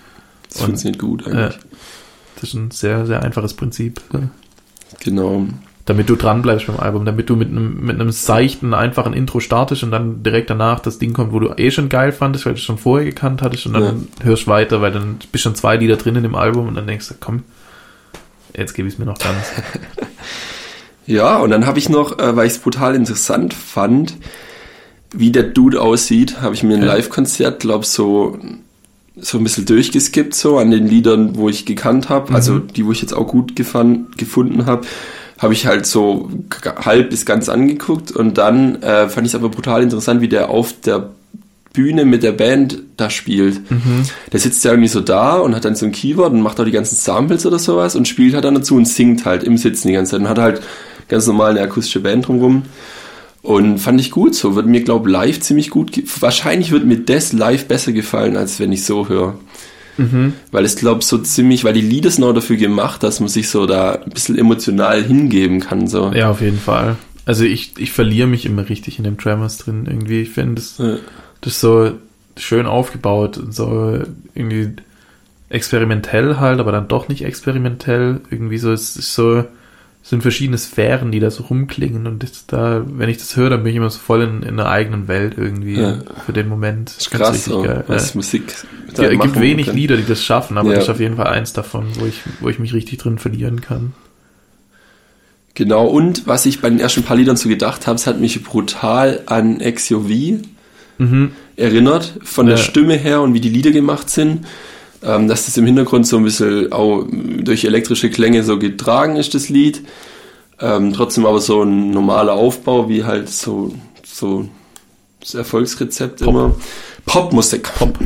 Das funktioniert gut eigentlich. Das ist ein sehr, sehr einfaches Prinzip. Genau. Damit du dran bleibst beim Album, damit du mit einem seichten, einfachen Intro startest und dann direkt danach das Ding kommt, wo du schon geil fandest, weil du es schon vorher gekannt hattest und dann hörst weiter, weil dann bist schon 2 Lieder drin in dem Album und dann denkst du, komm, jetzt gebe ich es mir noch ganz. Ja, und dann habe ich noch, weil ich es brutal interessant fand, wie der Dude aussieht, habe ich mir ein Live-Konzert, glaube ich, so ein bisschen durchgeskippt, so an den Liedern, wo ich gekannt habe, also die, wo ich jetzt auch gut gefunden habe ich halt so halb bis ganz angeguckt und dann fand ich es aber brutal interessant, wie der auf der Bühne mit der Band da spielt. Der sitzt ja irgendwie so da und hat dann so ein Keyboard und macht auch die ganzen Samples oder sowas und spielt halt dann dazu und singt halt im Sitzen die ganze Zeit und hat halt ganz normal eine akustische Band drumrum. Und fand ich gut so, wird mir, glaube ich, live ziemlich gut, wahrscheinlich wird mir das live besser gefallen, als wenn ich so höre. Weil ich glaube so ziemlich, weil die Lieder sind auch dafür gemacht, dass man sich so da ein bisschen emotional hingeben kann. So. Ja, auf jeden Fall. Also ich verliere mich immer richtig in dem Tremors drin irgendwie. Ich finde das ist so schön aufgebaut und so irgendwie experimentell halt, aber dann doch nicht experimentell. Irgendwie so, es ist so, es sind verschiedene Sphären, die da so rumklingen und wenn ich das höre, dann bin ich immer so voll in einer eigenen Welt irgendwie für den Moment. Das ist krass, so, geil. Was Musik es gibt wenig Lieder, die das schaffen, aber das ist auf jeden Fall eins davon, wo ich mich richtig drin verlieren kann. Genau, und was ich bei den ersten paar Liedern so gedacht habe, es hat mich brutal an XOV erinnert, von der Stimme her und wie die Lieder gemacht sind. Dass das im Hintergrund so ein bisschen auch durch elektrische Klänge so getragen ist, das Lied. Trotzdem aber so ein normaler Aufbau, wie halt so das Erfolgsrezept Pop. Immer. Popmusik. Pop.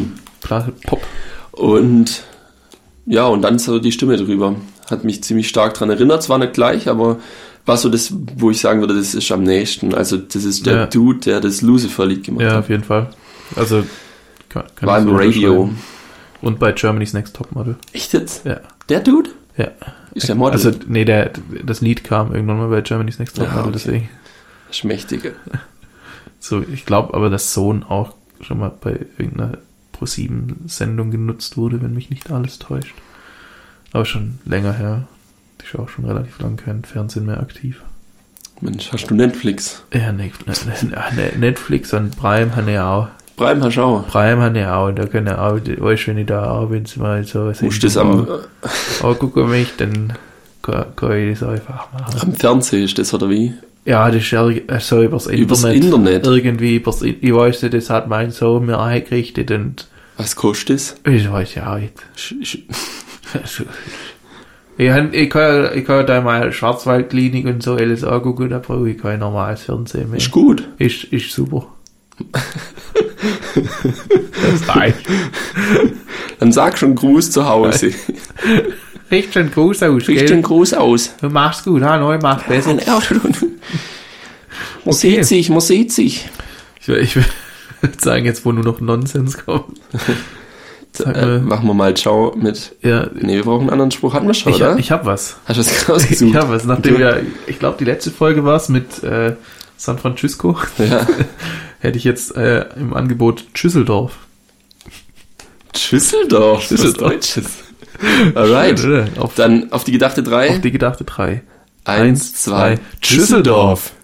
Und ja, und dann so die Stimme drüber. Hat mich ziemlich stark dran erinnert. Zwar nicht gleich, aber war so das, wo ich sagen würde, das ist am nächsten. Also das ist der Dude, der das Lucifer-Lied gemacht hat. Ja, auf jeden Fall. Also kann war im Radio. Und bei Germany's Next Topmodel. Echt jetzt? Ja. Der Dude? Ja. Ist der Model? Also, nee, das Lied kam irgendwann mal bei Germany's Next Topmodel, deswegen. Schmächtige. So, ich glaube aber, dass Sohn auch schon mal bei irgendeiner Pro7-Sendung genutzt wurde, wenn mich nicht alles täuscht. Aber schon länger her. Die ist auch schon relativ lang kein Fernsehen mehr aktiv. Mensch, hast du Netflix? Ja, Netflix und Prime habe ich auch. Prime hast du auch? Prime habe ich auch. Da kann ich auch, weißt du, wenn ich da abends mal so was musst das am gucke mich, dann kann ich das einfach machen. Am Fernsehen ist das, oder wie? Ja, das ist so übers Internet. Irgendwie ich weiß nicht, das hat mein Sohn mir eingerichtet und... Was kostet das? Ich weiß ja nicht. Ich kann da mal Schwarzwaldklinik und so alles angucken, da brauche ich kein normales Fernsehen mehr. Ist gut. Ist super. Das reicht. Dann sag schon Gruß zu Hause. Riecht schon groß aus, Riecht schon groß aus. Du machst gut, neu machst besser. Man sieht sich. Ich würde sagen, jetzt wo nur noch Nonsens kommt. Machen wir mal Ciao mit... Ja. Nee, wir brauchen einen anderen Spruch. Hatten wir schon, oder? Ich hab was. Hast du was rausgesucht? Ich hab was. Nachdem ich glaube, die letzte Folge war es mit San Francisco. Ja. Hätte ich jetzt im Angebot Schüsseldorf. Schüsseldorf? Das ist was Deutsches. Alright. Schön, dann auf die gedachte 3. Auf die gedachte 3. 1, 2, Schüsseldorf.